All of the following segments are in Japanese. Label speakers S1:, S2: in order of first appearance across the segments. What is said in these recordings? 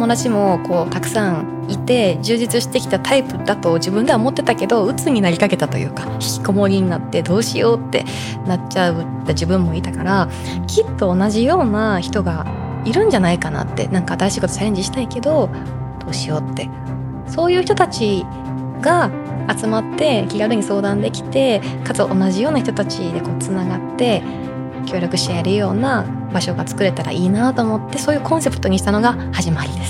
S1: 友達もこうたくさんいて充実してきたタイプだと自分では思ってたけど、鬱になりかけたというか、引きこもりになってどうしようってなっちゃう自分もいたから、きっと同じような人がいるんじゃないかなって。なんか新しいことチャレンジしたいけどどうしようって、そういう人たちが集まって気軽に相談できて、かつ同じような人たちでこうつながって協力し合えるような場所が作れたらいいなと思って、そういうコンセプトにしたのが始まりです。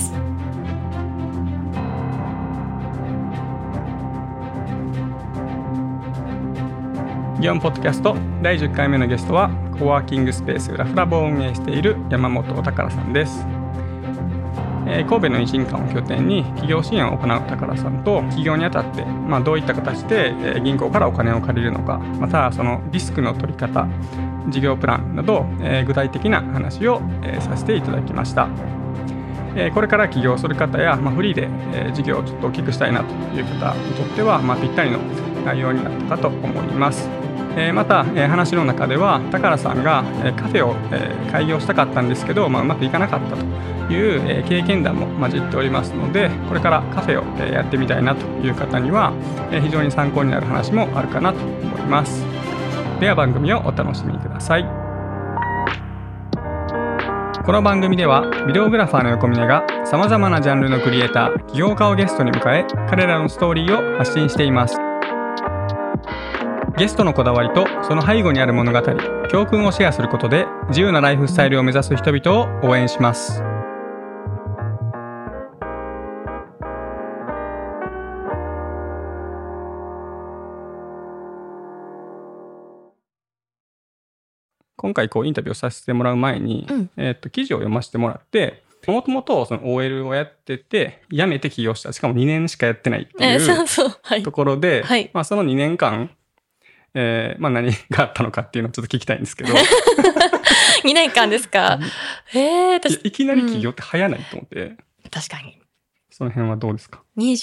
S2: 祇園ポッドキャスト第10回目のゲストはコワーキングスペースラフラボを運営している山本宝さんです。神戸の維新館を拠点に企業支援を行う宝さんと、企業にあたって、どういった形で銀行からお金を借りるのか、またそのリスクの取り方、事業プランなど具体的な話をさせていただきました。これから起業する方やフリーで事業をちょっと大きくしたいなという方にとってはぴったりの内容になったかと思います。また話の中では宝さんがカフェを開業したかったんですけど、うまくいかなかったという経験談も混じっておりますので、これからカフェをやってみたいなという方には非常に参考になる話もあるかなと思います。では番組をお楽しみください。この番組ではビデオグラファーの横峯がさまざまなジャンルのクリエイター、起業家をゲストに迎え、彼らのストーリーを発信しています。ゲストのこだわりとその背後にある物語、教訓をシェアすることで自由なライフスタイルを目指す人々を応援します。今回インタビューをさせてもらう前に、記事を読ませてもらって、もともとその OL をやってて辞めて起業した、しかも2年しかやってないっていうところで、その2年間何があったのかっていうのをちょっと聞きたいんですけど
S1: 2年間ですか？
S2: いきなり起業って早ないと思って。
S1: 確かに。
S2: その辺はどうですか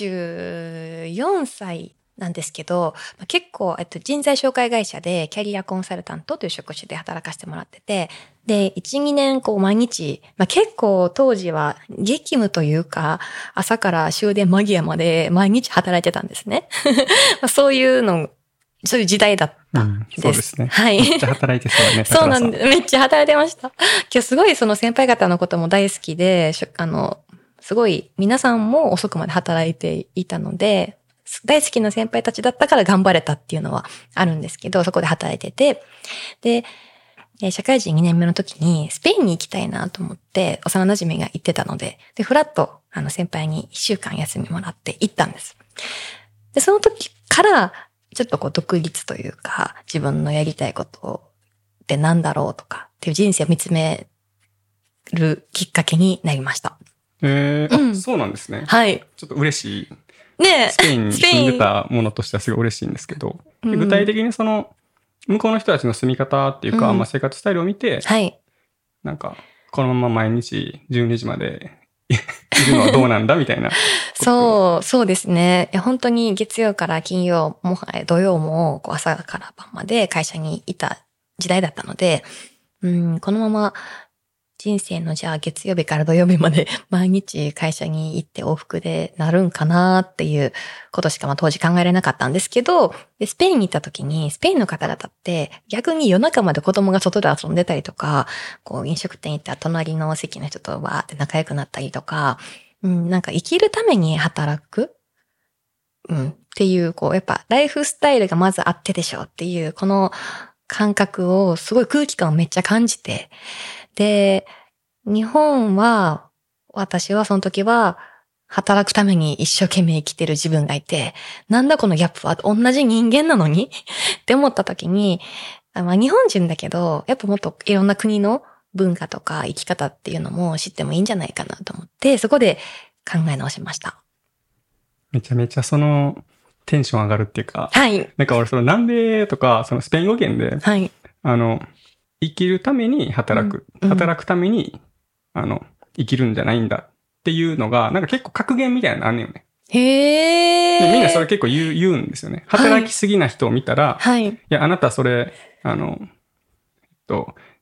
S1: ？24歳なんですけど、結構、人材紹介会社でキャリアコンサルタントという職種で働かせてもらってて、で、1、2年毎日、結構当時は激務というか、朝から終電間際まで毎日働いてたんですね。そういう時代だったんです。
S2: そうですね。
S1: はい。
S2: めっちゃ働いてそうだね。
S1: そうなんです。めっちゃ働いてました。今日すごいその先輩方のことも大好きで、すごい皆さんも遅くまで働いていたので、大好きな先輩たちだったから頑張れたっていうのはあるんですけど、そこで働いてて、で、社会人2年目の時にスペインに行きたいなと思って、幼馴染が行ってたので、フラッと先輩に1週間休みもらって行ったんです。で、その時からちょっと独立というか、自分のやりたいことってなんだろうとかっていう人生を見つめるきっかけになりました。
S2: そうなんですね。
S1: はい。
S2: ちょっと嬉しい。
S1: ね、
S2: スペインに住んでたものとしてはすごい嬉しいんですけど、具体的にその向こうの人たちの住み方っていうか、生活スタイルを見て、
S1: はい、
S2: なんかこのまま毎日12時までいるのはどうなんだみたいな。
S1: そうですね。本当に月曜から金曜も土曜も朝から晩まで会社にいた時代だったので、このまま人生のじゃあ月曜日から土曜日まで毎日会社に行って往復でなるんかなっていうことしか当時考えられなかったんですけど、でスペインに行った時にスペインの方々って逆に夜中まで子供が外で遊んでたりとか、飲食店行ったら隣の席の人とわーって仲良くなったりとか、なんか生きるために働く、っていうやっぱライフスタイルがまずあってでしょっていうこの感覚をすごい空気感をめっちゃ感じて、で、日本は、私はその時は、働くために一生懸命生きてる自分がいて、なんだこのギャップは同じ人間なのにって思った時に、日本人だけど、やっぱもっといろんな国の文化とか生き方っていうのも知ってもいいんじゃないかなと思って、そこで考え直しました。
S2: めちゃめちゃテンション上がるっていうか、
S1: はい。
S2: なんか俺南米とかスペイン語圏で、
S1: はい。
S2: 生きるために働く。働くために、生きるんじゃないんだっていうのが、なんか結構格言みたいなのあんねんよね。
S1: へー。
S2: でみんなそれ結構言うんですよね。働きすぎな人を見たら、
S1: はい。
S2: いや、あなたそれ、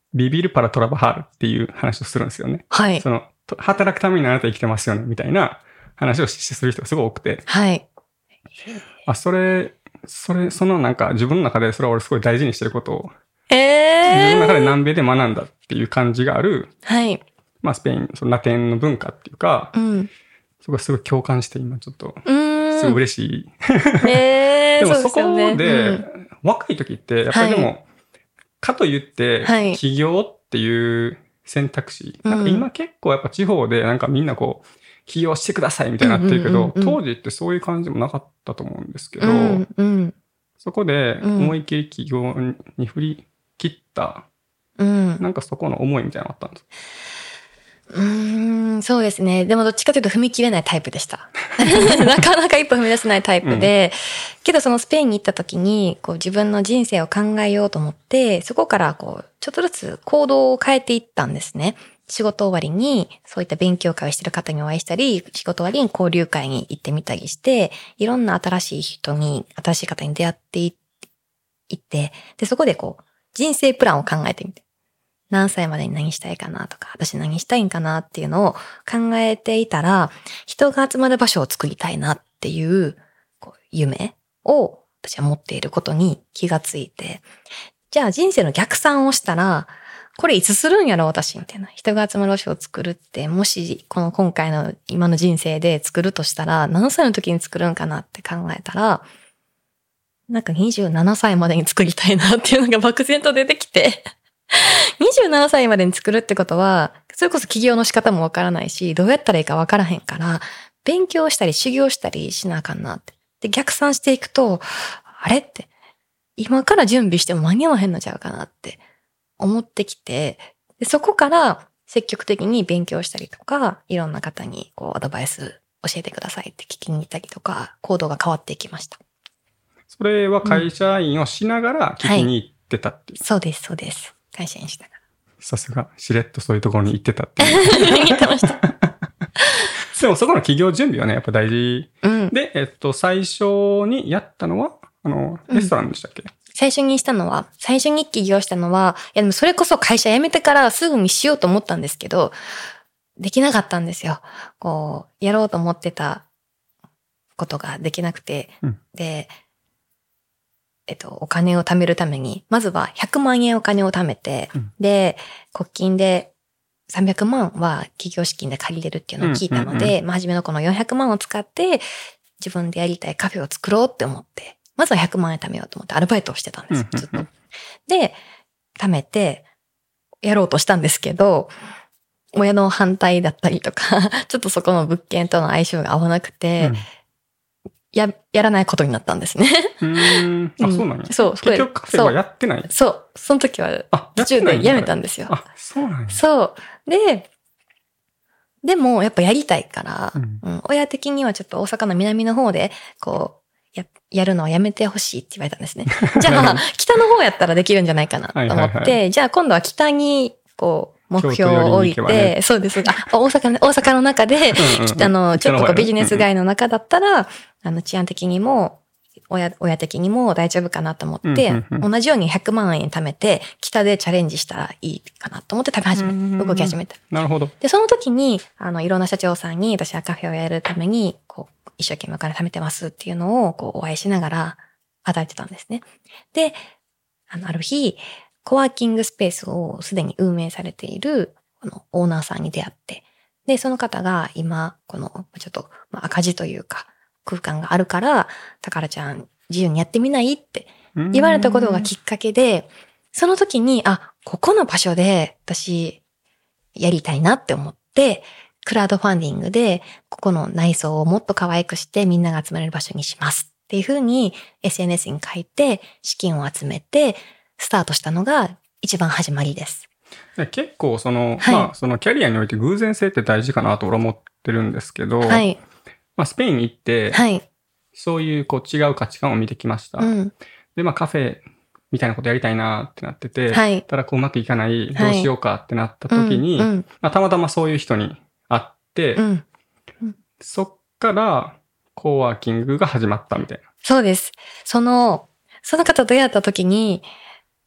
S2: ビビるパラトラバハールっていう話をするんですよね。
S1: はい。
S2: その、働くためにあなた生きてますよね、みたいな話をする人がすごい多くて。
S1: はい。
S2: そのなんか自分の中でそれは俺すごい大事にしてることを、
S1: 自
S2: 自分の中で南米で学んだっていう感じがある、
S1: はい。
S2: まあスペイン、そのラテンの文化っていうか、
S1: うん。
S2: そこがすごい共感して今ちょっと、すごい嬉しい。
S1: でも
S2: そこで、若い時って、やっぱりでも、かといって、起業っていう選択肢、なんか今結構やっぱ地方でなんかみんなこう、起業してくださいみたいになってるけど、当時ってそういう感じもなかったと思うんですけど、そこで思いっきり起業に振り切った、なんかそこの思いみたいなのあったんですか？
S1: そうですね。でもどっちかというと踏み切れないタイプでした。なかなか一歩踏み出せないタイプで、けどそのスペインに行った時に、こう自分の人生を考えようと思って、そこからこう、ちょっとずつ行動を変えていったんですね。仕事終わりに、そういった勉強会をしてる方にお会いしたり、仕事終わりに交流会に行ってみたりして、いろんな新しい人に、新しい方に出会っていって、で、そこでこう、人生プランを考えてみて。何歳までに何したいかなとか、私何したいんかなっていうのを考えていたら、人が集まる場所を作りたいなっていう、こう夢を私は持っていることに気がついて、じゃあ人生の逆算をしたら、これいつするんやろ私みたいな。人が集まる場所を作るって、もしこの今回の今の人生で作るとしたら、何歳の時に作るんかなって考えたら、なんか27歳までに作りたいなっていうのが漠然と出てきて、27歳までに作るってことは、それこそ起業の仕方もわからないし、どうやったらいいかわからへんから、勉強したり修行したりしなあかんなって。で、逆算していくと、あれって、今から準備しても間に合わへんのちゃうかなって思ってきて、でそこから積極的に勉強したりとか、いろんな方にこうアドバイス教えてくださいって聞きに行ったりとか、行動が変わっていきました。
S2: それは会社員をしながら聞きに行ってたっていう。
S1: そうです、そうです。会社員しながら。
S2: さすが、しれっとそういうところに行ってたっていう。
S1: 行ってました。
S2: でもそこの企業準備はね、やっぱ大事。で、最初にやったのは、レストランでしたっけ？
S1: 最初に起業したのは、いやでもそれこそ会社辞めてからすぐにしようと思ったんですけど、できなかったんですよ。こう、やろうと思ってたことができなくて、で、お金を貯めるために、まずは100万円お金を貯めて、で、国金で300万は企業資金で借りれるっていうのを聞いたので、初めのこの400万を使って自分でやりたいカフェを作ろうって思って、まずは100万円貯めようと思ってアルバイトをしてたんですよ、ずっと。で、貯めてやろうとしたんですけど、親の反対だったりとか、ちょっとそこの物件との相性が合わなくて、やらないことになったんですね。
S2: あ、そうなんや。
S1: そう。
S2: 結局カフェはやってない？
S1: そう。その時は途中でやめたんですよ。
S2: あ、そうなんや。
S1: そう。でもやっぱやりたいから、親的にはちょっと大阪の南の方で、こう、やるのはやめてほしいって言われたんですね。じゃあ、北の方やったらできるんじゃないかなと思って、じゃあ今度は北に、こう、目標を置いて、そうです。大阪の中で、ちょっとビジネス街の中だったら、治安的にも、親的にも大丈夫かなと思って、同じように100万円貯めて、北でチャレンジしたらいいかなと思って動き始めた。
S2: なるほど。
S1: で、その時に、いろんな社長さんに、私はカフェをやるために、こう、一生懸命お金貯めてますっていうのを、こう、お会いしながら、働いてたんですね。で、ある日、コワーキングスペースをすでに運営されている、このオーナーさんに出会って、で、その方が今、この、ちょっと、赤字というか、空間があるから、たからちゃん自由にやってみないって言われたことがきっかけで、その時に、ここの場所で私やりたいなって思って、クラウドファンディングで、ここの内装をもっと可愛くしてみんなが集まれる場所にしますっていうふうに SNS に書いて資金を集めてスタートしたのが一番始まりです。
S2: 結構そのキャリアにおいて偶然性って大事かなと俺は思ってるんですけど、スペインに行って、そういうこう違う価値観を見てきました。で、カフェみたいなことやりたいなってなってて、ただこううまくいかない、どうしようかってなった時に、たまたまそういう人に会って、そっからコーワーキングが始まったみたいな。
S1: そうです。その方と出会った時に、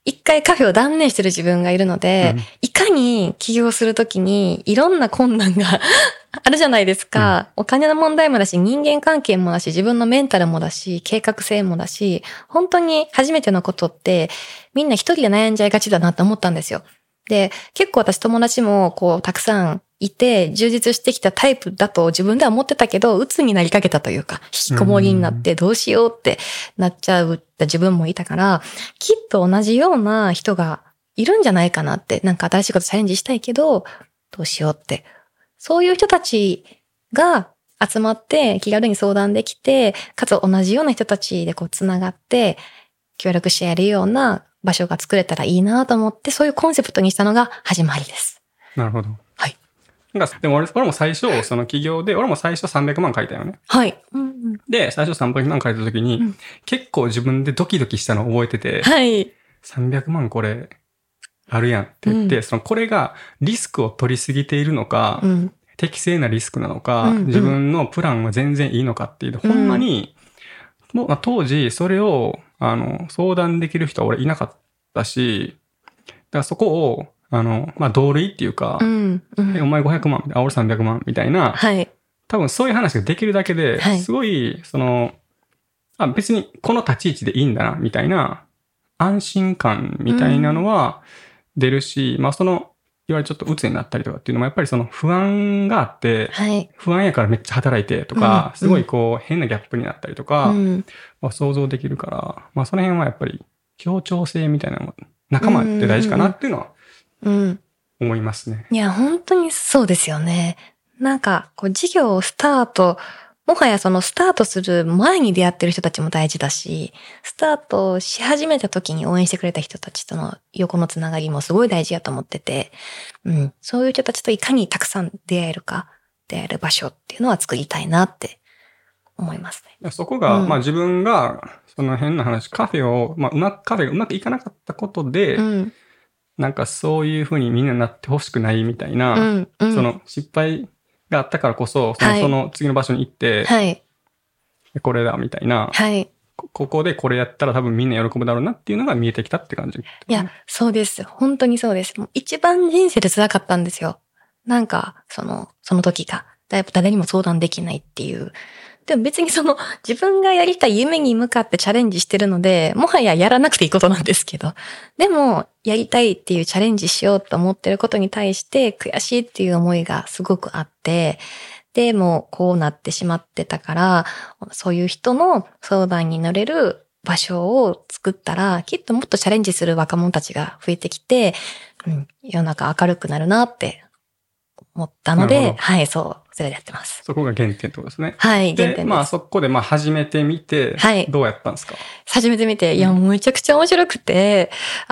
S1: 一回カフェを断念してる自分がいるので、いかに起業するときにいろんな困難があるじゃないですか。お金の問題もだし、人間関係もだし、自分のメンタルもだし、計画性もだし、本当に初めてのことってみんな一人で悩んじゃいがちだなって思ったんですよ。で、結構私友達もたくさんいて充実してきたタイプだと自分では思ってたけど、鬱になりかけたというか、引きこもりになってどうしようってなっちゃうって自分もいたから、きっと同じような人がいるんじゃないかなって、なんか新しいことチャレンジしたいけど、どうしようって。そういう人たちが集まって気軽に相談できて、かつ同じような人たちでつながって協力してやるような場所が作れたらいいなと思って、そういうコンセプトにしたのが始まりです。
S2: なるほど。
S1: はい。
S2: でも俺も最初、その起業で、俺も最初300万書いたよね。
S1: はい。
S2: で、最初300万書いた時に、結構自分でドキドキしたのを覚えてて、
S1: はい。
S2: 300万これ、あるやんって言って、これがリスクを取りすぎているのか、適正なリスクなのか、自分のプランは全然いいのかっていう、ほんまに、もう当時それを、相談できる人は俺いなかったし、だからそこを、同類っていうか、お前500万、俺300万みたいな、
S1: はい。
S2: 多分そういう話ができるだけで、
S1: はい、
S2: すごい、別にこの立ち位置でいいんだな、みたいな、安心感みたいなのは出るし、いわゆるちょっと鬱になったりとかっていうのも、やっぱり不安があって、
S1: はい、
S2: 不安やからめっちゃ働いてとか、すごい変なギャップになったりとか、想像できるから、その辺はやっぱり協調性みたいなの仲間って大事かなっていうのは、思いますね。
S1: いや、本当にそうですよね。なんか、事業をスタート、もはやスタートする前に出会ってる人たちも大事だし、スタートし始めた時に応援してくれた人たちとの横のつながりもすごい大事やと思ってて、そういう人たちといかにたくさん出会えるか、出会える場所っていうのは作りたいなって思いますね。
S2: そこが、自分が、その変な話、カフェがうまくいかなかったことで、なんかそういう風にみんなになってほしくないみたいな、失敗があったからこそ、その次の場所に行って、はい、これだみたいな、はい、ここでこれやったら多分みんな喜ぶだろうなっていうのが見えてきたって感じ。
S1: いや、そうです。本当にそうです。もう一番人生で辛かったんですよ。なんか、その時が、誰にも相談できないっていう。でも別に自分がやりたい夢に向かってチャレンジしてるので、もはややらなくていいことなんですけど。でも、やりたいっていうチャレンジしようと思ってることに対して悔しいっていう思いがすごくあって、でもこうなってしまってたから、そういう人の相談に乗れる場所を作ったら、きっともっとチャレンジする若者たちが増えてきて、世の中明るくなるなって思ったので、はい、それでやってます。
S2: そこが原点ってことですね。
S1: はい、原点です。
S2: で、そこで始めてみて、はい、どうやったんですか？
S1: 始めてみて、いや、めちゃくちゃ面白くて、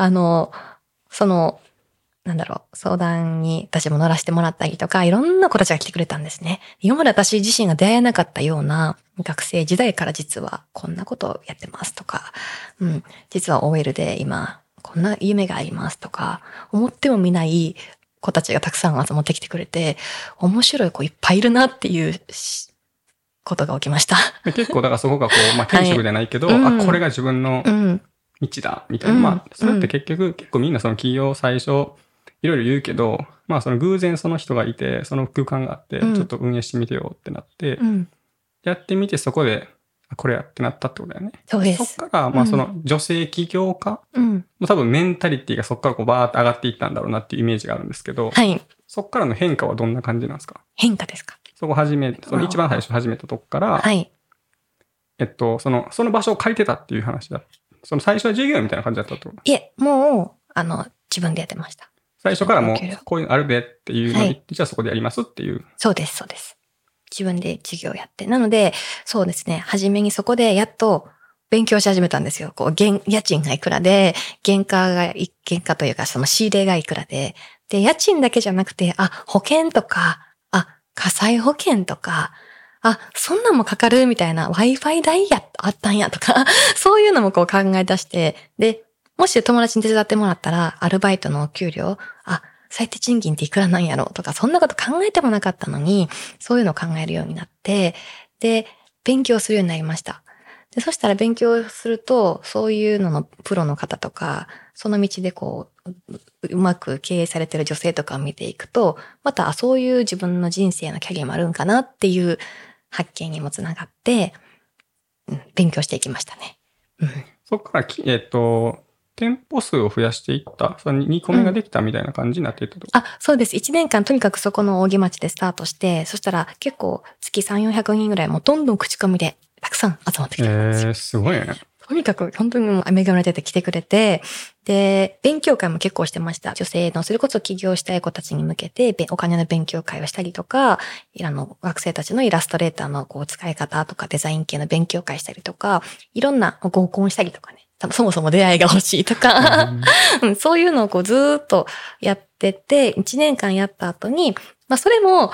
S1: 相談に私も乗らせてもらったりとか、いろんな子たちが来てくれたんですね。今まで私自身が出会えなかったような学生時代から実はこんなことをやってますとか、実は OL で今こんな夢がありますとか、思ってもみない子たちがたくさん集まってきてくれて、面白い子いっぱいいるなっていうことが起きました。
S2: 結構だからそこが転職じゃないけど、これが自分の道だみたいな。それって結構みんな企業最初いろいろ言うけど、偶然その人がいて、その空間があって、ちょっと運営してみてよってなって、やってみてそこで、これやってなったってことだよね。
S1: そうです。
S2: そっから、女性起業家、多分メンタリティがそっからバーって上がっていったんだろうなっていうイメージがあるんですけど、はい。そっからの変化はどんな感じなんですか？
S1: 変化ですか？
S2: その一番最初始めたとこから、はい。その場所を借りてたっていう話だ。最初は従業員みたいな感じだったってこと？
S1: いえ、もう、自分でやってました。
S2: 最初からもう、こういうのあるでっていうのを言って、じゃあそこでやりますっていう。
S1: そうです、そうです。自分で事業をやって。なので、そうですね、初めにそこでやっと勉強し始めたんですよ。家賃がいくらで、原価というか仕入れがいくらで、で、家賃だけじゃなくて、保険とか、火災保険とか、そんなんもかかるみたいな Wi-Fi 代あったんやとか、そういうのも考え出して、で、もし友達に手伝ってもらったら、アルバイトの給料、最低賃金っていくらなんやろとか、そんなこと考えてもなかったのに、そういうのを考えるようになって、で、勉強するようになりました。 で、そしたら勉強すると、そういうののプロの方とか、その道でうまく経営されてる女性とかを見ていくと、また、そういう自分の人生のキャリアもあるんかなっていう発見にもつながって、勉強していきましたね。
S2: そこから店舗数を増やしていった、その2個目ができたみたいな感じになっていったと、
S1: そうです。1年間とにかくそこの扇町でスタートして、そしたら結構月3、400人ぐらいもうどんどん口コミでたくさん集まってきてるんですよ。
S2: すごいね。
S1: とにかく本当にもう恵まれてて来てくれて、で、勉強会も結構してました。女性のそれこそ起業したい子たちに向けてお金の勉強会をしたりとか、学生たちのイラストレーターの使い方とかデザイン系の勉強会したりとか、いろんな合コンしたりとかね。そもそも出会いが欲しいとか、そういうのをずーっとやってて、1年間やった後に、それも、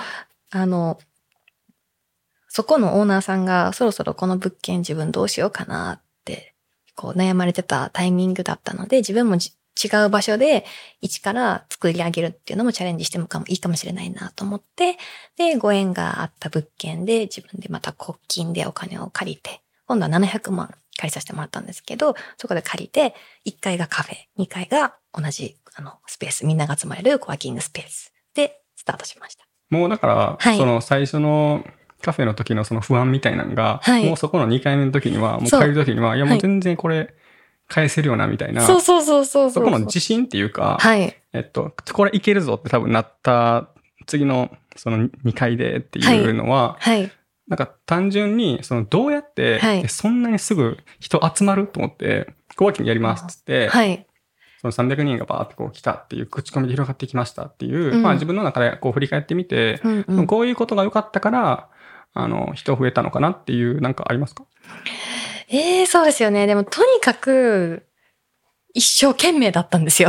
S1: そこのオーナーさんがそろそろこの物件自分どうしようかなって悩まれてたタイミングだったので、自分も違う場所で一から作り上げるっていうのもチャレンジしてもいいかもしれないなと思って、で、ご縁があった物件で自分でまた国金でお金を借りて、今度は700万借りさせてもらったんですけど、そこで借りて、1階がカフェ、2階が同じスペース、みんなが集まれるコワーキングスペースでスタートしました。
S2: もうだから、はい、その最初のカフェの時のその不安みたいなのが、はい、もうそこの2回目の時には、もう借りる時には、いやもう全然これ返せるよなみたいな。
S1: そう。
S2: そこの自信っていうか、
S1: はい。
S2: これいけるぞって多分なった次のその2回でっていうのは、
S1: はい。はい、
S2: なんか単純にどうやって、はい、そんなにすぐ人集まると思って、コワーキングやりますっつって、
S1: はい。
S2: その300人がバーって来たっていう口コミで広がってきましたっていう、まあ自分の中で振り返ってみて、こういうことが良かったから、人増えたのかなっていうなんかありますか？
S1: そうですよね。でもとにかく一生懸命だったんですよ。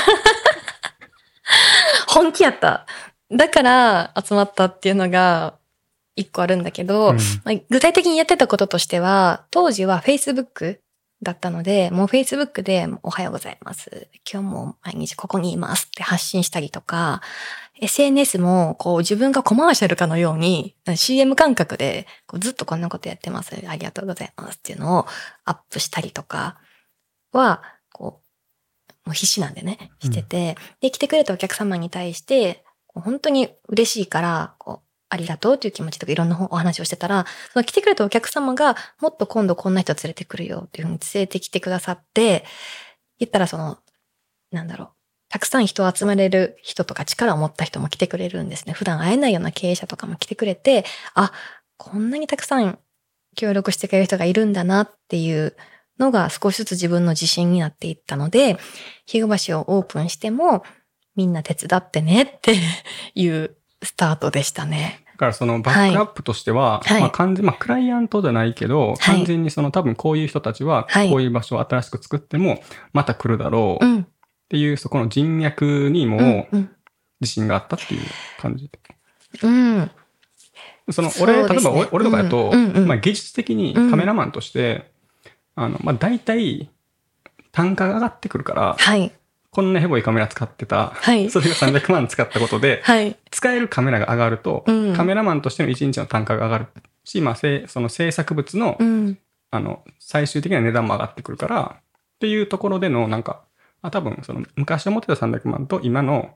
S1: 本気やった。だから集まったっていうのが一個あるんだけど、具体的にやってたこととしては、当時は Facebook だったので、もう Facebook でおはようございます。今日も毎日ここにいますって発信したりとか、SNS も自分がコマーシャルかのように CM 感覚でずっとこんなことやってます。ありがとうございますっていうのをアップしたりとかは、もう必死なんでね、してて、で、来てくれたお客様に対して、本当に嬉しいから、ありがとうという気持ちとかいろんなお話をしてたら、その来てくれたお客様がもっと今度こんな人連れてくるよっていうふうに連れてきてくださって、言ったらたくさん人を集めれる人とか力を持った人も来てくれるんですね。普段会えないような経営者とかも来てくれて、こんなにたくさん協力してくれる人がいるんだなっていうのが少しずつ自分の自信になっていったので、ひぐ橋をオープンしてもみんな手伝ってねっていうスタートでしたね。
S2: だからそのバックアップとしては、完全、クライアントじゃないけど、完全に多分こういう人たちは、こういう場所を新しく作っても、また来るだろうっていう、そこの人脈にも自信があったっていう感じ。例えば俺とかだと、技術的にカメラマンとして、大体単価が上がってくるから、こんなヘボいカメラ使ってた、それが300万使ったことで、使えるカメラが上がると、カメラマンとしての1日の単価が上がるし、その制作物の、最終的な値段も上がってくるから、っていうところでの多分昔思ってた300万と今の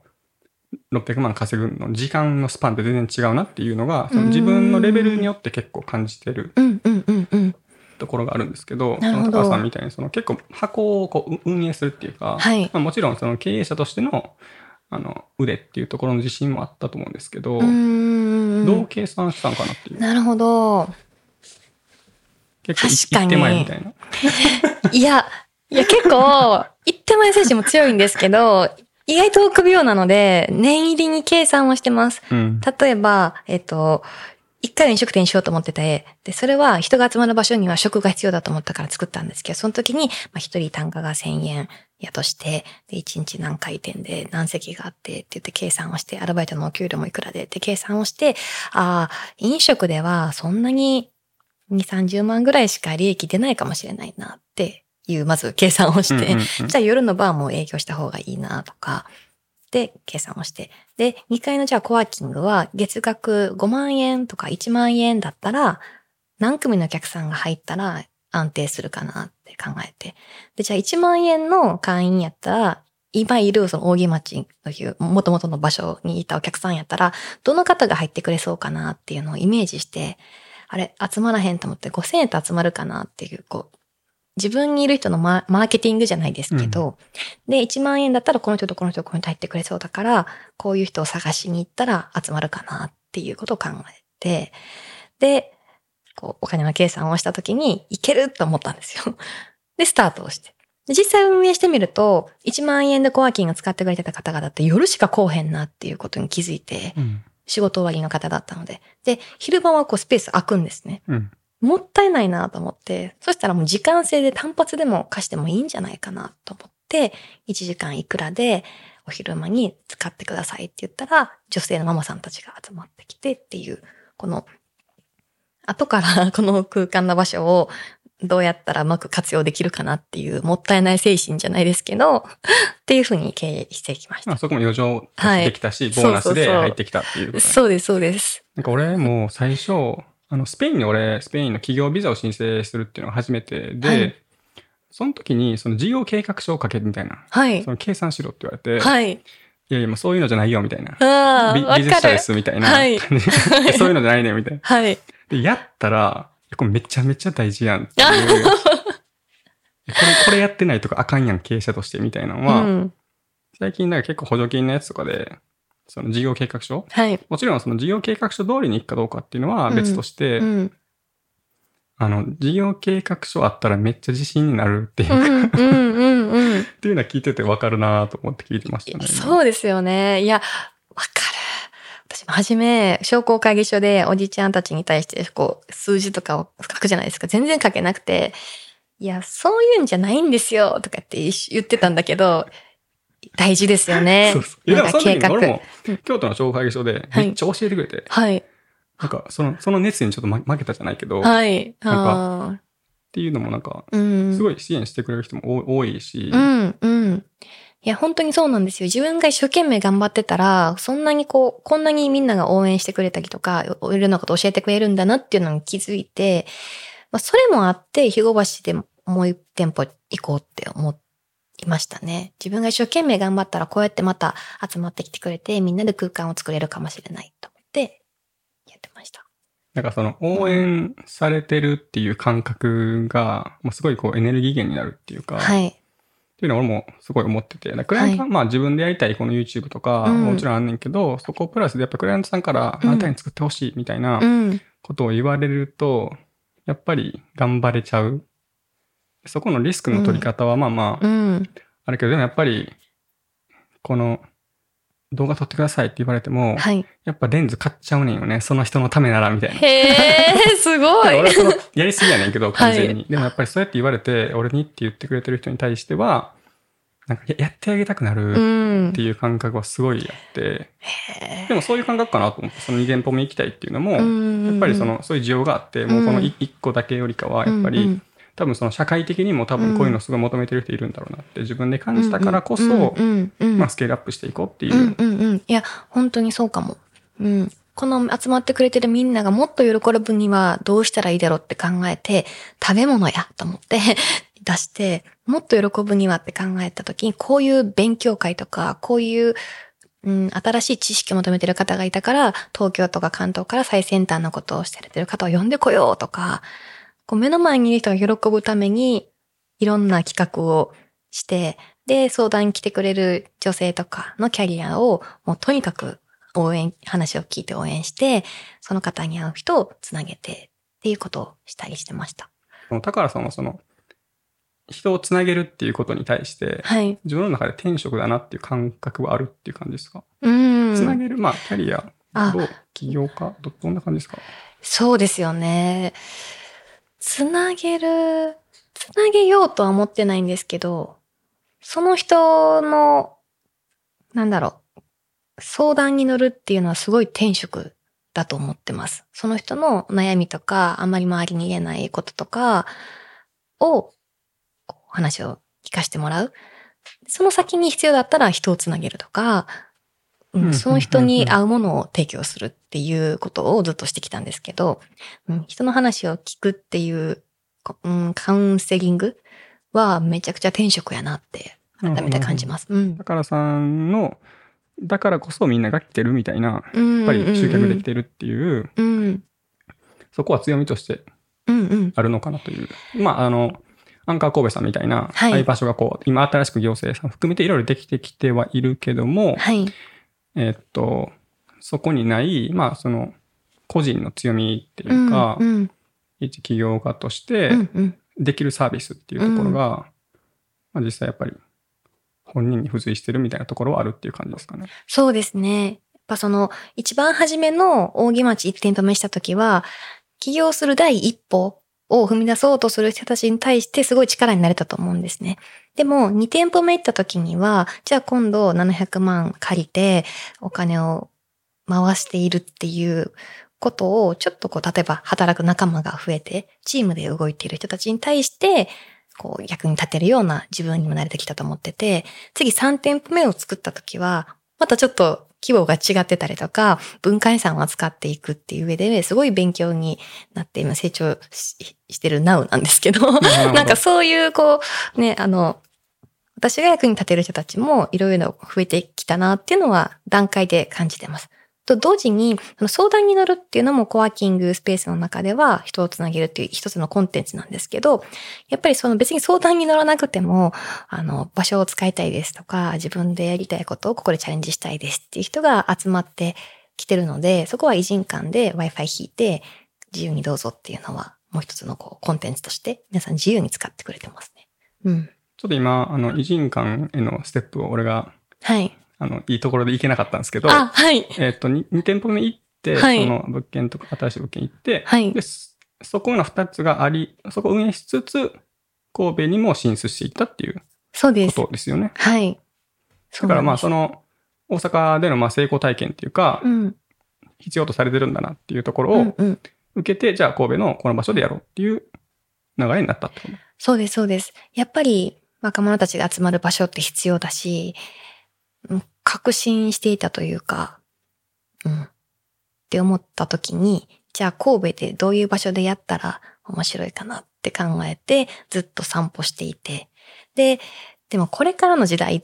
S2: 600万稼ぐの時間のスパンって全然違うなっていうのが、自分のレベルによって結構感じてる。ところがあるんですけど、高橋さんみたいに結構箱を運営するっていうか、もちろん経営者としての腕っていうところの自信もあったと思うんですけど、どう計算したのかなっていう。
S1: なるほど。
S2: 結構一手前みたいな。
S1: いや結構一手前精神も強いんですけど、意外と臆病なので念入りに計算をしてます。例えば一回飲食店にしようと思ってて、で、それは人が集まる場所には食が必要だと思ったから作ったんですけど、その時に、一人単価が1000円やとして、で、1日何回転で何席があってって言って計算をして、アルバイトのお給料もいくらでって計算をして、飲食ではそんなに2、30万ぐらいしか利益出ないかもしれないなっていう、まず計算をして、じゃあ夜のバーも営業した方がいいなとか、で、計算をして。で、2階のじゃあコワーキングは月額5万円とか1万円だったら、何組のお客さんが入ったら、 安定するかなって考えて。で、じゃあ1万円の会員やったら、今いるその扇町という元々の場所にいたお客さんやったら、どの方が入ってくれそうかなっていうのをイメージして、あれ、集まらへんと思って5000円と集まるかなっていう、自分にいる人のマーケティングじゃないですけど、で、1万円だったらこの人とこの人とこの人入ってくれそうだから、こういう人を探しに行ったら集まるかなっていうことを考えて、で、お金の計算をしたときにいけると思ったんですよ。で、スタートをして。で実際運営してみると、1万円でコワーキング使ってくれてた方々って夜しか来おへんなっていうことに気づいて、仕事終わりの方だったので。で、昼間はスペース空くんですね。もったいないなと思って、そしたらもう時間制で単発でも貸してもいいんじゃないかなと思って、1時間いくらでお昼間に使ってくださいって言ったら、女性のママさんたちが集まってきてっていう、後からこの空間の場所をどうやったらうまく活用できるかなっていう、もったいない精神じゃないですけど、っていうふうに経営してきました。
S2: そこも余剰できたし、ボーナスで入ってきたっていうこと、ね。
S1: そうです、そうです。
S2: なんか俺も最初、スペインの企業ビザを申請するっていうのが初めてで、はい、その時にその事業計画書を書けみたいな、はい、その計算しろって言われて、はい、いやいやもうそういうのじゃないよみたいな、ビジネス者ですみたいな、はい、そういうのじゃないねみたいな、はい、でやったらこれめちゃめちゃ大事やんっていうこれやってないとかあかんやん経営者としてみたいなのは、最近なんか結構補助金のやつとかでその事業計画書、はい、もちろんその事業計画書通りに行くかどうかっていうのは別として、事業計画書あったらめっちゃ自信になるっていうかっていうのは聞いてて分かるなと思って聞いてましたね。
S1: そうですよね。いや、分かる。私も初め、商工会議所でおじちゃんたちに対して数字とかを書くじゃないですか。全然書けなくて、いや、そういうんじゃないんですよとかって言ってたんだけど、大事ですよね。
S2: そうそう。いや、その時に俺も京都の商工会議所でめっちゃ教えてくれて、はい。なんかその熱にちょっと負けたじゃないけど、はい。なんかっていうのもなんか、すごい支援してくれる人も多いし、
S1: いや、本当にそうなんですよ。自分が一生懸命頑張ってたら、そんなにこんなにみんなが応援してくれたりとか、いろんなこと教えてくれるんだなっていうのに気づいて、それもあって、肥後橋でもう一店舗行こうって思いましたね。自分が一生懸命頑張ったら、こうやってまた集まってきてくれて、みんなで空間を作れるかもしれないと思ってやってました。
S2: なんかその応援されてるっていう感覚が、すごいエネルギー源になるっていうか、はい。っていうのは俺もすごい思ってて、クライアントはまあ自分でやりたいこの YouTube とかもちろんあんねんけど、そこプラスでやっぱクライアントさんからあなたに作ってほしいみたいなことを言われると、やっぱり頑張れちゃう。そこのリスクの取り方はまあまあ、あるけど、でもやっぱり、この動画撮ってくださいって言われても、はい、やっぱレンズ買っちゃうねんよね。その人のためならみたいな。
S1: へー、すごい。
S2: 俺はそのやりすぎやねんけど、完全に。はい、でもやっぱりそうやって言われて、俺にって言ってくれてる人に対しては、なんかやってあげたくなるっていう感覚はすごいあって、でもそういう感覚かなと思って、その2店舗目行きたいっていうのも、やっぱりそういう需要があって、もうこの1個だけよりかは、やっぱり、多分その社会的にも多分こういうのすごい求めてる人いるんだろうなって自分で感じたからこそ、スケールアップしていこうっていう。
S1: いや、本当にそうかも。この集まってくれてるみんながもっと喜ぶにはどうしたらいいだろうって考えて、食べ物やと思って出して、もっと喜ぶにはって考えた時に、こういう勉強会とか、こういう、新しい知識を求めてる方がいたから、東京とか関東から最先端のことをしてる方を呼んでこようとか、目の前にいる人が喜ぶために、いろんな企画をして、で、相談に来てくれる女性とかのキャリアを、もうとにかく話を聞いて応援して、その方に会う人をつなげてっていうことをしたりしてました。
S2: 高原さんはその、人をつなげるっていうことに対して、はい、自分の中で天職だなっていう感覚はあるっていう感じですか？つなげる、キャリア、起業家、どんな感じですか？
S1: そうですよね。つなげようとは思ってないんですけど、その人の、相談に乗るっていうのはすごい天職だと思ってます。その人の悩みとか、あんまり周りに言えないこととかを、話を聞かせてもらう。その先に必要だったら人をつなげるとか、その人に合うものを提供するっていうことをずっとしてきたんですけど、人の話を聞くっていうカウンセリングはめちゃくちゃ転職やなって改めて感じます。
S2: 宝さんのだからこそみんなが来てるみたいな、やっぱり集客できてるっていう、そこは強みとしてあるのかなという。アンカー神戸さんみたいな、ああいう場所が今新しく行政さん含めていろいろできてきてはいるけども、そこにない、その個人の強みっていうか、一企業家としてできるサービスっていうところが、実際やっぱり本人に付随してるみたいなところはあるっていう感じですかね。
S1: そうですね。やっぱその一番初めの扇町1店舗目したときは、起業する第一歩を踏み出そうとする人たちに対してすごい力になれたと思うんですね。でも2店舗目行った時には、じゃあ今度700万借りてお金を回しているっていうことをちょっと例えば働く仲間が増えて、チームで動いている人たちに対して役に立てるような自分にも慣れてきたと思ってて、次3店舗目を作った時は、またちょっと規模が違ってたりとか、文化遺産を扱っていくっていう上ですごい勉強になって今成長してるnowなんですけど、なんかそういう私が役に立てる人たちもいろいろ増えてきたなっていうのは段階で感じてます。と同時に、相談に乗るっていうのもコワーキングスペースの中では人をつなげるっていう一つのコンテンツなんですけど、やっぱり別に相談に乗らなくても、場所を使いたいですとか、自分でやりたいことをここでチャレンジしたいですっていう人が集まってきてるので、そこは異人間で Wi-Fi 引いて自由にどうぞっていうのはもう一つのコンテンツとして皆さん自由に使ってくれてますね。
S2: ちょっと今、異人間へのステップを俺が、いいところで行けなかったんですけど、2店舗目行って、その物件とか新しい物件行って、でそこの2つがあり、そこを運営しつつ、神戸にも進出していったっていうことですよね。
S1: はい。
S2: だからその大阪での成功体験っていうか、必要とされてるんだなっていうところを受けて、じゃあ神戸のこの場所でやろうっていう流れになったってこと。
S1: そうです、そうです。やっぱり若者たちが集まる場所って必要だし、確信していたというか、って思った時に、じゃあ神戸でどういう場所でやったら面白いかなって考えてずっと散歩していて。でもこれからの時代って、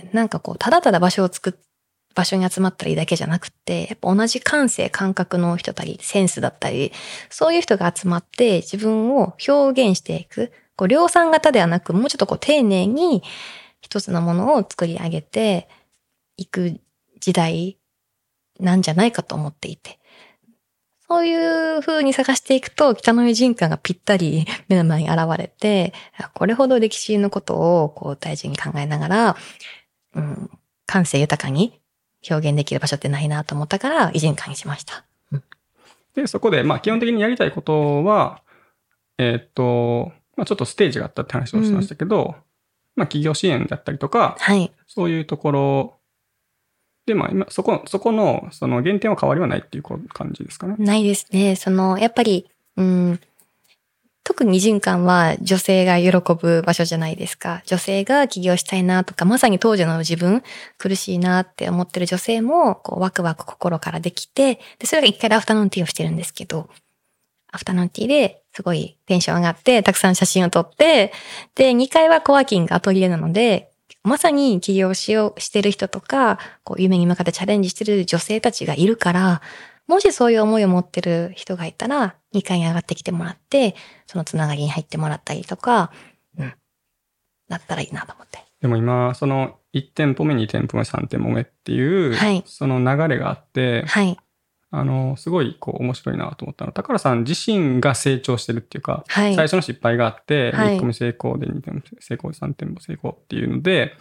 S1: ただただ場所に集まったらいいだけじゃなくて、やっぱ同じ感性、感覚の人たり、センスだったり、そういう人が集まって自分を表現していく。量産型ではなく、もうちょっと丁寧に一つのものを作り上げていく時代なんじゃないかと思っていて。そういう風に探していくと、北の異人間がぴったり目の前に現れて、これほど歴史のことを大事に考えながら、感性豊かに表現できる場所ってないなと思ったから、異人間にしました。
S2: で、そこで、基本的にやりたいことは、ちょっとステージがあったって話をしましたけど、企業支援だったりとか、そういうところで、今、そこの、原点は変わりはないっていう感じですかね。
S1: ないですね。やっぱり、特に異人間は女性が喜ぶ場所じゃないですか。女性が起業したいなとか、まさに当時の自分、苦しいなって思ってる女性も、ワクワク心からできて、で、それが一回でアフタヌーンティーをしてるんですけど、アフタヌーンティーですごいテンション上がって、たくさん写真を撮って、で、2階はコワーキングアトリエなので、まさに起業してる人とか、夢に向かってチャレンジしてる女性たちがいるから、もしそういう思いを持ってる人がいたら、2階に上がってきてもらって、そのつながりに入ってもらったりとか、だったらいいなと思って。
S2: でも今、その1店舗目、2店舗目、3店舗目っていう、その流れがあって、すごい面白いなと思ったのは、宝さん自身が成長してるっていうか、最初の失敗があって、1個目成功で2店舗成功で3店舗成功っていうので、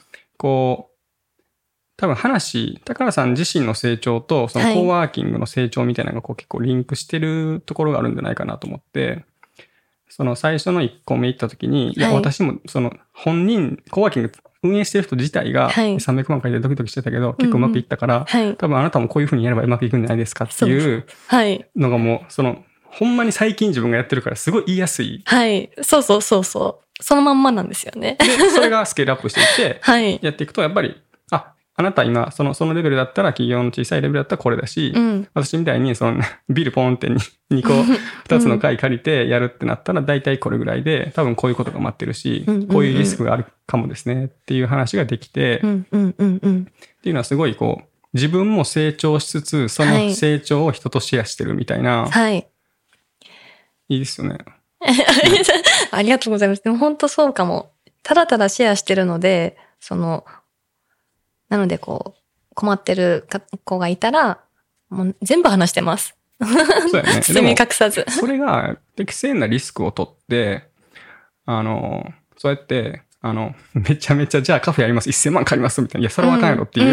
S2: 多分宝さん自身の成長と、そのコワーキングの成長みたいなのが結構リンクしてるところがあるんじゃないかなと思って、その最初の1個目行った時に、いや、私もコワーキング運営してる人自体が300万借りてドキドキしてたけど、結構うまくいったから、多分あなたもこういう風にやればうまくいくんじゃないですかっていうのがもう、ほんまに最近自分がやってるからすごい言いやすい。
S1: そう。そのまんまなんですよね。
S2: で、それがスケールアップしていって、やっていくと、やっぱり、 あなた今そのレベルだったら、企業の小さいレベルだったらこれだし、私みたいにそのビルポンって2個2つの階借りてやるってなったら大体これぐらいで、多分こういうことが待ってるし、こういうリスクがあるかもですねっていう話ができて、っていうのはすごいこう自分も成長しつつ、その成長を人とシェアしてるみたいな、
S1: はい、
S2: いいですよね。
S1: ありがとうございます。でも本当そうかも。ただただシェアしてるので、なのでこう、困ってる子がいたら、もう全部話してます。
S2: そうやね。
S1: 包み隠さず。
S2: それが適正なリスクを取って、そうやって、めちゃめちゃ、じゃあカフェやります。1000万借りますみたいな。いや、それはあかんやろっていう、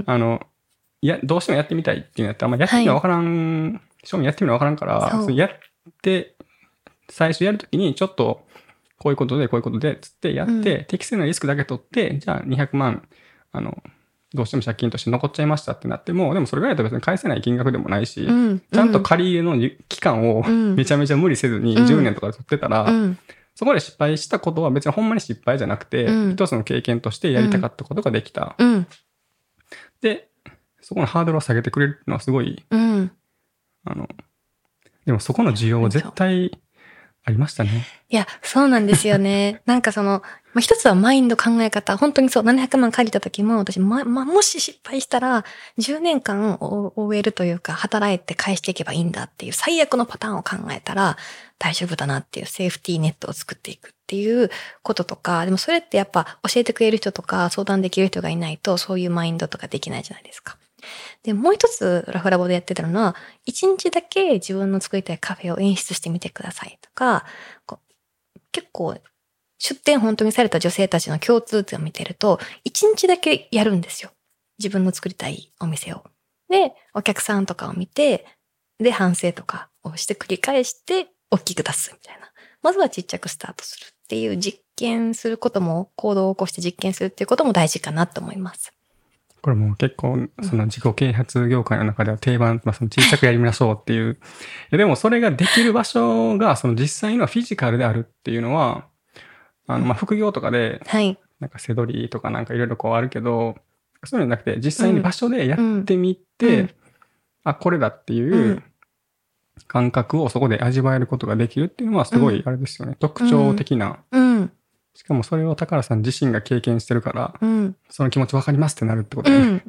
S2: どうしてもやってみたいっていうのやったら、やってみるのわからん、正味やってみるのわからんから、やって、最初やるときにちょっと、こういうことで、つってやって、適正なリスクだけ取って、じゃあ200万、どうしても借金として残っちゃいましたってなっても、でもそれぐらいだと別に返せない金額でもないし、ちゃんと借り入れの期間をめちゃめちゃ無理せずに10年とかで取ってたら、そこで失敗したことは別にほんまに失敗じゃなくて、一つの経験としてやりたかったことができた。で、そこのハードルを下げてくれるのはすごい、でもそこの需要は絶対ありましたね。
S1: いや、そうなんですよね。なんか一つはマインド考え方。本当にそう、700万借りた時も、私、もし失敗したら、10年間 OL というか、働いて返していけばいいんだっていう最悪のパターンを考えたら、大丈夫だなっていうセーフティーネットを作っていくっていうこととか、でもそれってやっぱ教えてくれる人とか、相談できる人がいないと、そういうマインドとかできないじゃないですか。で、もう一つ、ラフラボでやってたのは、1日だけ自分の作りたいカフェを演出してみてくださいとか、結構、出店本当にされた女性たちの共通点を見てると、1日だけやるんですよ。自分の作りたいお店を。で、お客さんとかを見て、で、反省とかをして繰り返して、大きく出すみたいな。まずはちっちゃくスタートするっていう実験することも、行動を起こして実験するっていうことも大事かなと思います。
S2: これも結構、その自己啓発業界の中では定番、その小さくやりましょうっていう。でもそれができる場所が、その実際のフィジカルであるっていうのは、副業とかで、なんか背取りとかなんかいろいろこうあるけど、そういうのじゃなくて、実際に場所でやってみて、これだっていう感覚をそこで味わえることができるっていうのはすごいあれですよね。特徴的な。しかもそれを宝さん自身が経験してるから、その気持ちわかりますってなるってことね。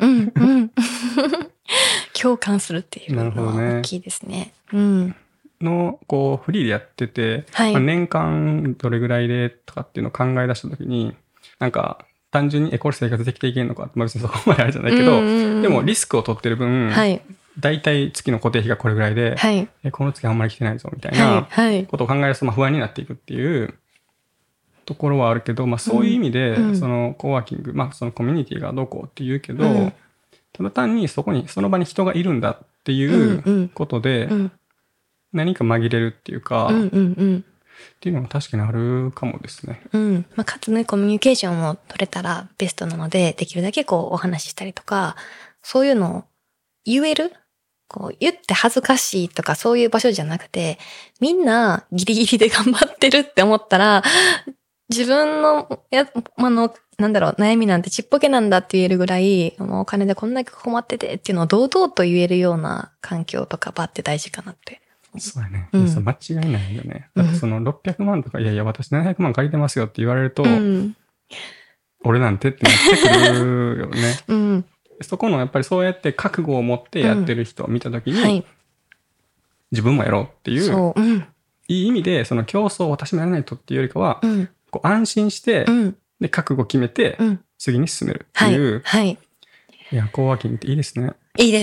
S1: 共感するっていうのは大きいですね。
S2: こうフリーでやってて、年間どれぐらいでとかっていうのを考え出したときに、なんか単純にこれ生活できていけんのか、別にそこまであれじゃないけど、でもリスクを取ってる分、だいたい月の固定費がこれぐらいで、この月あんまり来てないぞみたいなことを考えると不安になっていくっていうところはあるけど、そういう意味で、そのコワーキング、そのコミュニティがどうこうって言うけど、ただ単にその場に人がいるんだっていうことで、何か紛れるっていうか、っていうのが確かにあるかもですね。
S1: かつね、コミュニケーションを取れたらベストなので、できるだけお話ししたりとか、そういうのを言える？言って恥ずかしいとかそういう場所じゃなくて、みんなギリギリで頑張ってるって思ったら、自分の悩みなんてちっぽけなんだって言えるぐらい、もうお金でこんだけ困っててっていうのを堂々と言えるような環境とか場って大事かなって。
S2: そうやね。間違いないよね。だってその600万とか、いやいや私700万借りてますよって言われると、俺なんてってなってくるよね。そこのやっぱりそうやって覚悟を持ってやってる人を見たときに、自分もやろうっていう、いい意味でその競争を私もやらないとっていうよりかは、安心して、で覚悟決めて、次に進めるっていう。いや、コワーキングっていいですね。
S1: いいです。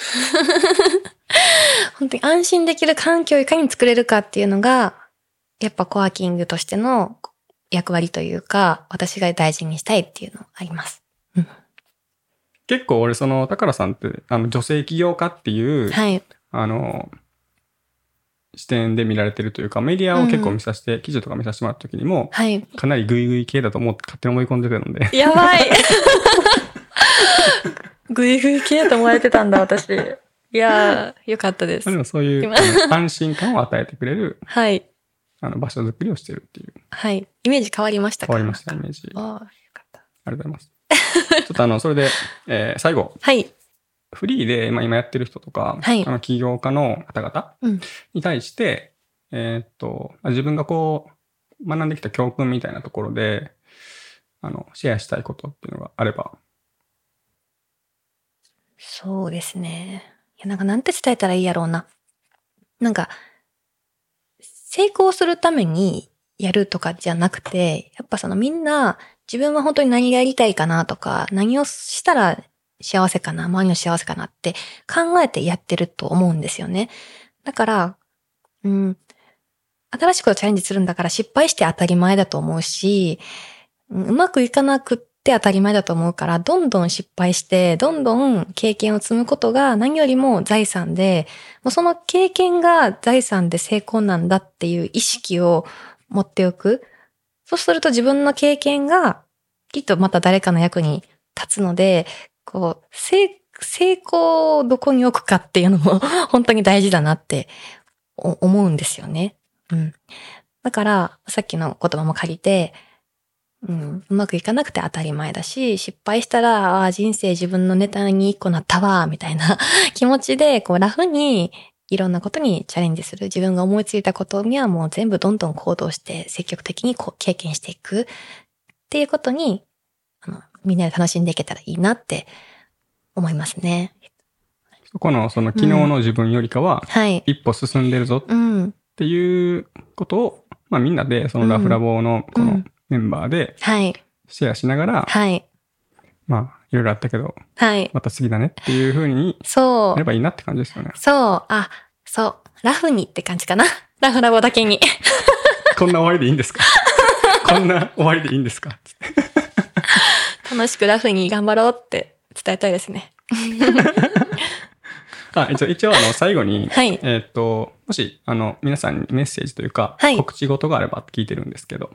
S1: 本当に安心できる環境をいかに作れるかっていうのが、やっぱコワーキングとしての役割というか、私が大事にしたいっていうのあります。
S2: 結構俺宝さんって女性起業家っていう、視点で見られてるというか、メディアを結構見させて、記事とか見させてもらった時にも、かなりグイグイ系だと勝手に思い込んでたので。
S1: やばいグイグイ系だと思われてたんだ、私。いやー、よかったです。
S2: でもそういう安心感を与えてくれる、場所づくりをしてるっていう。
S1: イメージ変わりましたか？
S2: 変わりました、イメージ。
S1: よかった。
S2: ありがとうございます。 ちょっとそれで、最後、
S1: はい。
S2: フリーで、今やってる人とか、
S1: はい。
S2: 起業家の方々に対して、自分がこう、学んできた教訓みたいなところで、シェアしたいことっていうのがあれば。
S1: そうですね。いや、なんて伝えたらいいやろうな。成功するためにやるとかじゃなくて、やっぱみんな自分は本当に何がやりたいかなとか、何をしたら幸せかな、周りの幸せかなって考えてやってると思うんですよね。だから、新しいことチャレンジするんだから失敗して当たり前だと思うし、うまくいかなくって当たり前だと思うから、どんどん失敗して、どんどん経験を積むことが何よりも財産で、もうその経験が財産で成功なんだっていう意識を持っておく。そうすると自分の経験がきっとまた誰かの役に立つので、成功をどこに置くかっていうのも本当に大事だなって思うんですよね。だから、さっきの言葉も借りて、うまくいかなくて当たり前だし、失敗したら、人生自分のネタに一個なったわ、みたいな気持ちで、ラフにいろんなことにチャレンジする。自分が思いついたことにはもう全部どんどん行動して積極的に経験していくっていうことに、みんなで楽しんでいけたらいいなって思いますね。
S2: そこの昨日の自分よりかは、一歩進んでるぞっていうことを、みんなでそのラフラボのこのメンバーでシェアしながら、いろいろあったけど、また次だねっていう風にやればいいなって感じですよね。
S1: ラフにって感じかな。ラフラボだけに。
S2: こんな終わりでいいんですかこんな終わりでいいんですか
S1: 楽しくラフに頑張ろうって伝えたいですね。
S2: 一応最後に、もし皆さんにメッセージというか、告知事があれば聞いてるんですけど。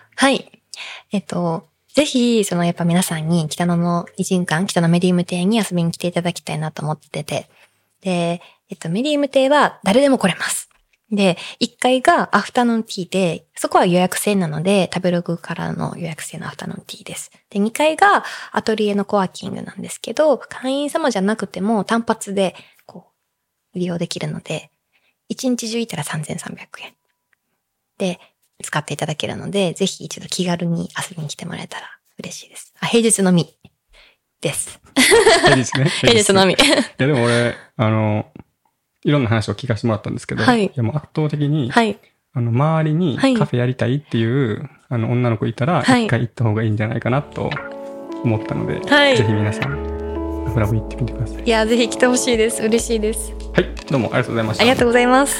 S1: ぜひ、やっぱ皆さんに北野の偉人館、北野メディウム邸に遊びに来ていただきたいなと思ってて。で、メディウム邸は誰でも来れます。で、1階がアフタヌーンティーで、そこは予約制なので、食べログからの予約制のアフタヌーンティーです。で、2階がアトリエのコワーキングなんですけど、会員様じゃなくても単発で、利用できるので、1日中いたら3300円。で、使っていただけるので、ぜひ一度気軽に遊びに来てもらえたら嬉しいです。平日のみです。
S2: 平日ね。
S1: 平日のみ。い
S2: や、でも俺、いろんな話を聞かせてもらったんですけど、いやもう圧倒的に、周りにカフェやりたいっていう、女の子いたら、一回行った方がいいんじゃないかなと思ったので、ぜひ皆さん、ラフラボ行ってみてください。
S1: いや、ぜひ来てほしいです。嬉しいです。
S2: はい、どうもありがとうございました。
S1: ありがとうございます。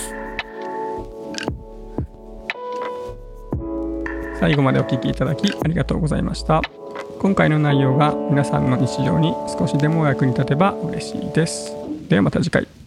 S2: 最後までお聞きいただきありがとうございました。今回の内容が皆さんの日常に少しでも役に立てば嬉しいです。ではまた次回。